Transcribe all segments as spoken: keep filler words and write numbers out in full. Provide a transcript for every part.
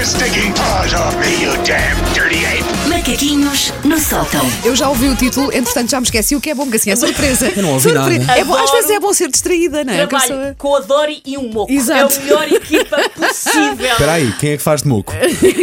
your stinking paws off me, you damn dirty ape! Macaquinhos no sótão. Eu já ouvi o título, entretanto já me esqueci o que é bom, que assim é surpresa. Eu não ouvi Surpre- nada. É bom, às Adoro. vezes é bom ser distraída, não é? Que eu Trabalho sou- com a Dori e um moco. Exato. É a melhor equipa possível. Espera aí, quem é que faz de moco?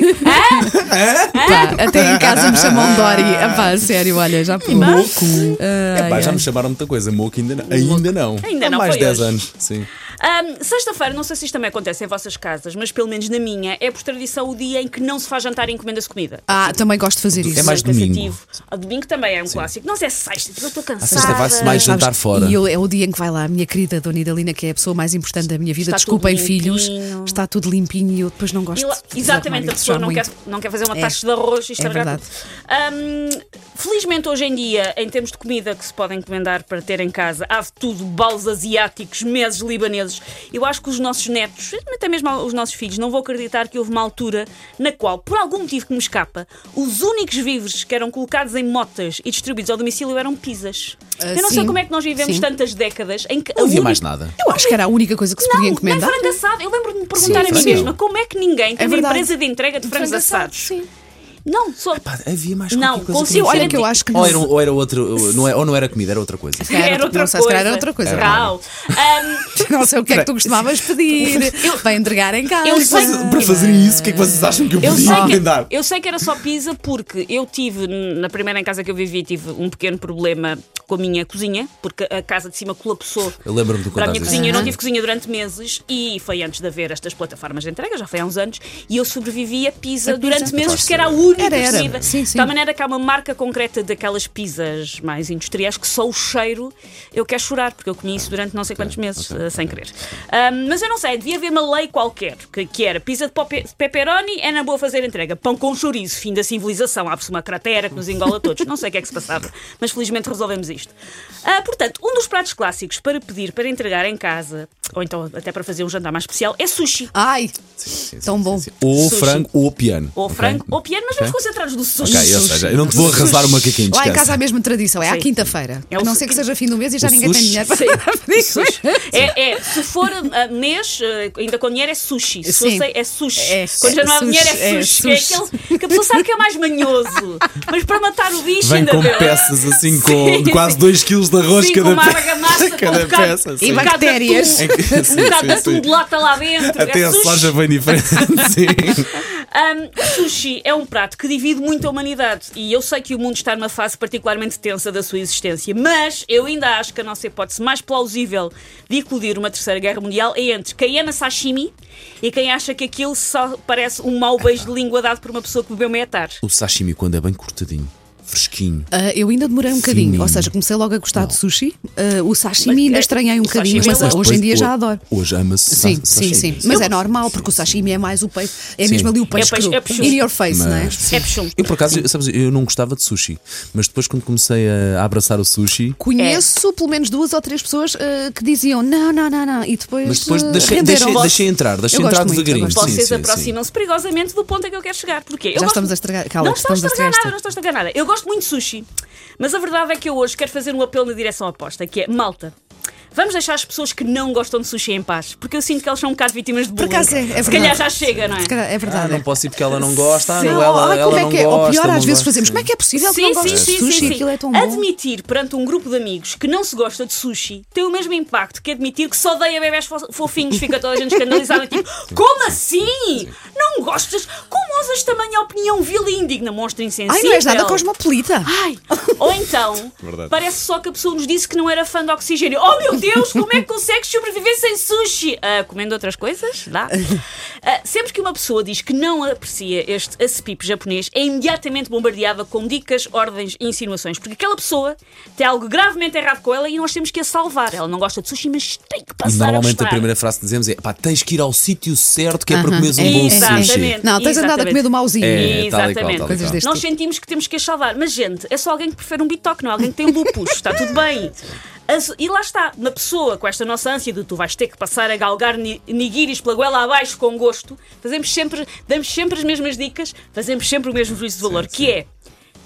Pá, até em casa me chamam Dori. Ah, pá, sério, olha, já pô. Moco. Ai, É pá, já ai. me chamaram muita coisa. Moco ainda não. Ainda não. Ainda Há não, mais foi de dez hoje. anos. Sim. Ahm, Sexta-feira, não sei se isto também acontece em vossas casas, mas pelo menos na minha, é por tradição o dia em que não se faz jantar e encomenda-se comida. Ah, também gosto de fazer isso. É mais Cansativo. domingo. A domingo também é um clássico. Não, é sexta, eu estou cansada. sexta vai-se mais Sabes, jantar fora. E eu, é o dia em que vai lá a minha querida Dona Idalina, que é a pessoa mais importante da minha vida. Está Desculpem, tudo filhos. limpinho. Está tudo limpinho e eu depois não gosto E lá- de fazer exatamente, armário, a pessoa sujar não quer, muito. não quer fazer uma É. taxa de arroz e É estragar verdade. tudo. Ahm, felizmente, hoje em dia, em termos de comida que se pode encomendar para ter em casa, há de tudo: baus asiáticos, meses libaneses. Eu acho que os nossos netos, até mesmo os nossos filhos, não vão acreditar que houve uma altura na qual, por algum motivo que me escapa, os únicos víveres que eram colocados em motas e distribuídos ao domicílio eram pizzas. Ah, Eu não sei sim. como é que nós vivemos Sim. tantas décadas em que. Não a havia única- mais nada. Eu acho que era a única coisa que se podia Não, nem encomendar. frango assado. Eu lembro de me perguntar Sim, a mim sim. mesma como é que ninguém tem É uma verdade. empresa de entrega de frangos assados. Sim. Não, só. Pá, havia mais Não, qualquer coisa. consigo- que Olha não que eu sei. acho que Ou não. era, ou era outro. Não é, ou não era comida, era outra coisa. calhar era Era outra- outra não sei, coisa. se calhar era outra coisa. Rau. Ahm, Não sei o que é que tu costumavas pedir. Vai entregar em casa. Eu sei Para- Para fazerem isso, o que é que vocês acham que eu eu, podia sei que, encomendar? eu sei que era só pizza porque eu tive, na primeira em casa que eu vivi, tive um pequeno problema com a minha cozinha, porque a casa de cima colapsou Eu lembro-me de para a contar minha isso. cozinha. Eu não Aham. tive cozinha durante meses e foi antes de haver estas plataformas de entrega, já foi há uns anos, e eu sobrevivi a pizza A durante pizza. meses porque era a única Era, era. comida. Sim, sim. De tal maneira que há uma marca concreta daquelas pizzas mais industriais que só o cheiro eu quero chorar, porque eu comi isso durante não sei quantos meses, ok, eh, sem querer. Ahm, mas eu não sei, devia haver uma lei qualquer que, que era pizza de pope- pepperoni, é na boa fazer entrega. Pão com chouriço, fim da civilização, abre-se uma cratera que nos engola a todos. Não sei o que é que se passava, mas felizmente resolvemos isto. Ah, portanto, um dos pratos clássicos para pedir para entregar em casa, ou então até para fazer um jantar mais especial, é sushi. Ai, Sim, sim, tão sim, bom. sim. Ou Sushi. frango ou piano. Ou ok? frango, ou piano, mas vamos Ok. concentrar-nos no sushi. Ok, ou seja, eu não te vou arrasar o macaquinho, Lá em casa há descansa. a mesma tradição, é à Sim. quinta-feira. É o a não su- ser que seja fim do mês e já o ninguém tem sushi. dinheiro para Sim. pedir sushi. É, é, se for ah, mês, ah, ainda com dinheiro é sushi. Se for Sim. sei, é sushi. É, Quando já não há sushi, dinheiro é é sushi. Que é sushi. aquele que a pessoa sabe que é mais manhoso. Mas para matar o bicho Vem ainda com deu. peças assim, com de quase dois quilos de arroz Sim, cada com uma peça. argamassa, com cada um bocado- peça. um sim. bocado de bactérias. atum, É que- sim, um bocado de sim, atum sim. de lata lá dentro. Até é a sushi. soja bem diferente. Sim. Um, sushi é um prato que divide muito a humanidade e eu sei que o mundo está numa fase particularmente tensa da sua existência, mas eu ainda acho que a nossa hipótese mais plausível de eclodir uma terceira guerra mundial é entre quem ama sashimi e quem acha que aquilo só parece um mau beijo de língua dado por uma pessoa que bebeu meia tarde. O sashimi, quando é bem cortadinho, fresquinho. Ah, eu ainda demorei um bocadinho, Fininho. ou seja, comecei logo a gostar de sushi. Ah, o sashimi ainda é- estranhei um o bocadinho, sashimi mas eu gosto. hoje em dia Depois, já ho- adoro. Hoje ama-se Sim, sa- sim, sashimi. sim. Mas é normal, porque o sashimi é mais o peixe, é Sim. mesmo ali o peixe, peixe- cru. é peixe. In your face, não é? Mas- É pechum. Eu, por acaso, sabes, eu não gostava de sushi, mas depois, quando comecei a abraçar o sushi. Conheço pelo menos duas ou três pessoas ah, que diziam não, não, não, não, e depois, Mas depois ah, deixei, renderam. deixei, deixei entrar, deixei Eu entrar gosto muito, eu devagarinho. gosto. Sim, Vocês sim, sim. aproximam-se perigosamente do ponto a que eu quero chegar. Porquê? Eu Já gosto- estamos a estragar, cala, Não estou a estamos a estragar estragar nada, não estou a estragar nada. Eu gosto muito de sushi, mas a verdade é que eu hoje quero fazer um apelo na direção oposta, que é, malta, vamos deixar as pessoas que não gostam de sushi em paz, porque eu sinto que elas são um bocado vítimas de Por bullying. acaso é, é verdade. Se calhar já chega, não é? Se calhar é Ah, verdade. não posso ir porque ela não gosta. Ah, Sim. não, ela, Ai, ela como é não que é? gosta. Ou pior, não às vezes gosta. fazemos. Como é que é possível que não gostes de sushi? Aquilo é tão bom. Admitir perante um grupo de amigos que não se gosta de sushi tem o mesmo impacto que admitir que só odeia bebés fo- fofinhos. Fica toda a gente escandalizada, tipo, como assim? Não gostas? Como ousas tamanha opinião vil e indigna, monstro insensível? Ai, não és nada cosmopolita. Ai, ou então, Verdade. parece só que a pessoa nos disse que não era fã de oxigênio. Oh meu Deus, como é que consegues sobreviver sem sushi? Ah, comendo outras coisas? Dá. Ah, sempre que uma pessoa diz que não aprecia este acepip japonês, é imediatamente bombardeada com dicas, ordens e insinuações, porque aquela pessoa tem algo gravemente errado com ela e nós temos que a salvar. Ela não gosta de sushi, mas tem que E passar a normalmente gostar. a primeira frase que dizemos é: pá, tens que ir ao sítio certo que é para Aham. comeres um É, bom é, sushi. Exatamente. Não, tens andado a Exatamente. comer do mauzinho. É, tal e qual, Exatamente. tal e Coisas qual. deste Nós tipo. sentimos que temos que a salvar, mas gente, é só alguém que prefere um bitoque, não é alguém que tem lupus, está tudo bem. As- E lá está, uma pessoa com esta nossa ânsia de tu vais ter que passar a galgar ni- nigiris pela goela abaixo com gosto, fazemos sempre, damos sempre as mesmas dicas, fazemos sempre o mesmo juízo de valor, que é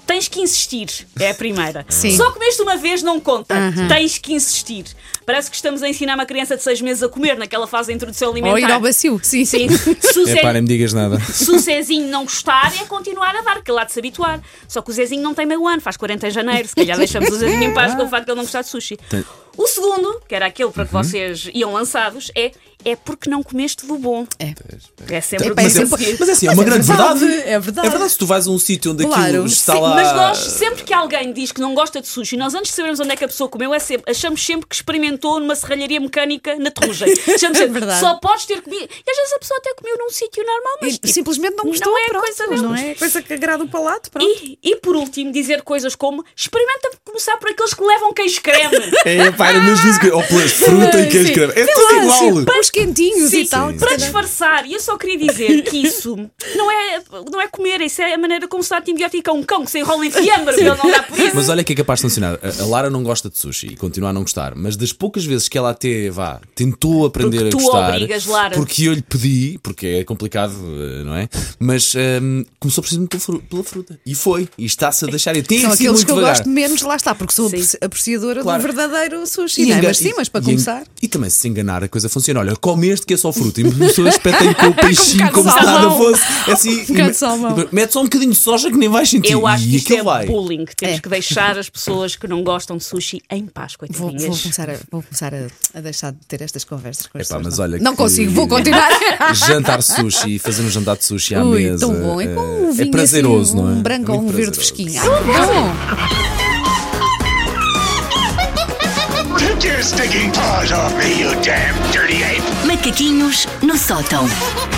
tens que insistir. É a primeira. Sim. Só comeste uma vez não conta. Uhum. Tens que insistir. Parece que estamos a ensinar uma criança de seis meses a comer naquela fase da introdução alimentar. Ou ir ao bacio. Sim, Sim. Se o É Zé- pá, nem me digas nada. se o Zezinho não gostar, é continuar a dar, que ele há de se habituar. Só que o Zezinho não tem meio ano, faz quarenta em janeiro. Se calhar deixamos o Zezinho em paz com o facto de ele não gostar de sushi. Tem- O segundo, que era aquele para que vocês iam lançados, é é porque não comeste do bom. É. É sempre o que Epá, Mas é, dizem a seguir. mas é assim, é Mas uma é grande verdade, verdade. é verdade. É verdade, se tu vais a um sítio onde Claro. aquilo está Sim, lá. mas nós, sempre que alguém diz que não gosta de sushi, nós antes de sabermos onde é que a pessoa comeu, é sempre, achamos sempre que experimentou numa serralharia mecânica na Terrugem. Achamos sempre, verdade. só podes ter comido. E às vezes a pessoa até comeu num sítio normal, mas E tipo, simplesmente não gostou. não é pronto, coisa deles. Não é coisa que agrada o palato. Pronto. E, e por último, dizer coisas como experimenta começar por aqueles que levam queijo creme. É, pá, era mesmo isso que. Ou pela fruta e queijo Sim. creme. É Sei tudo lá, igual. sim, Os quentinhos Sim, e tal. sim. Para disfarçar, e eu só queria dizer que isso não é, não é comer, isso é a maneira como se dá antibiótico a um cão que se enrola em fiambre, ele não dá por isso. Mas olha que é capaz de funcionar. A a Lara não gosta de sushi e continua a não gostar, mas das poucas vezes que ela até vá, tentou aprender Porque a tu gostar, obrigas, Lara. porque eu lhe pedi, porque é complicado, eh, não é? Mas ehm, começou precisamente pela fru- pela fruta e foi, e está-se a deixar. E tem São sido aqueles muito que eu devagar. gosto menos, lá está, porque sou Sim. apreci- apreciadora Claro. do verdadeiro sushi. E Não é? engan- Mas sim, mas para e- e- começar. E, também se enganar a coisa funciona. Olha, come este que é só fruta. E as pessoas espetem com o peixinho bocado como de se nada salmão. fosse. É assim, Um bocado de salmão. e- Mete só um bocadinho de soja que nem vais sentir. Eu acho que e isto é aquilo vai. bullying. Temos É. que deixar as pessoas que não gostam de sushi em paz, Vou, coitadinhas. vou começar, a, vou começar a, a deixar de ter estas conversas com as Epá, pessoas. mas não. olha não que- consigo, vou continuar. Jantar sushi, fazer um jantar de sushi à Ui, mesa. tão bom. E com um eh, vinho é prazeroso, assim, não é? um branco É ou um muito verde prazeroso. fresquinho. Ah, bom. Take your stinking paws off me, you damn dirty ape! Macaquinhos no sótão.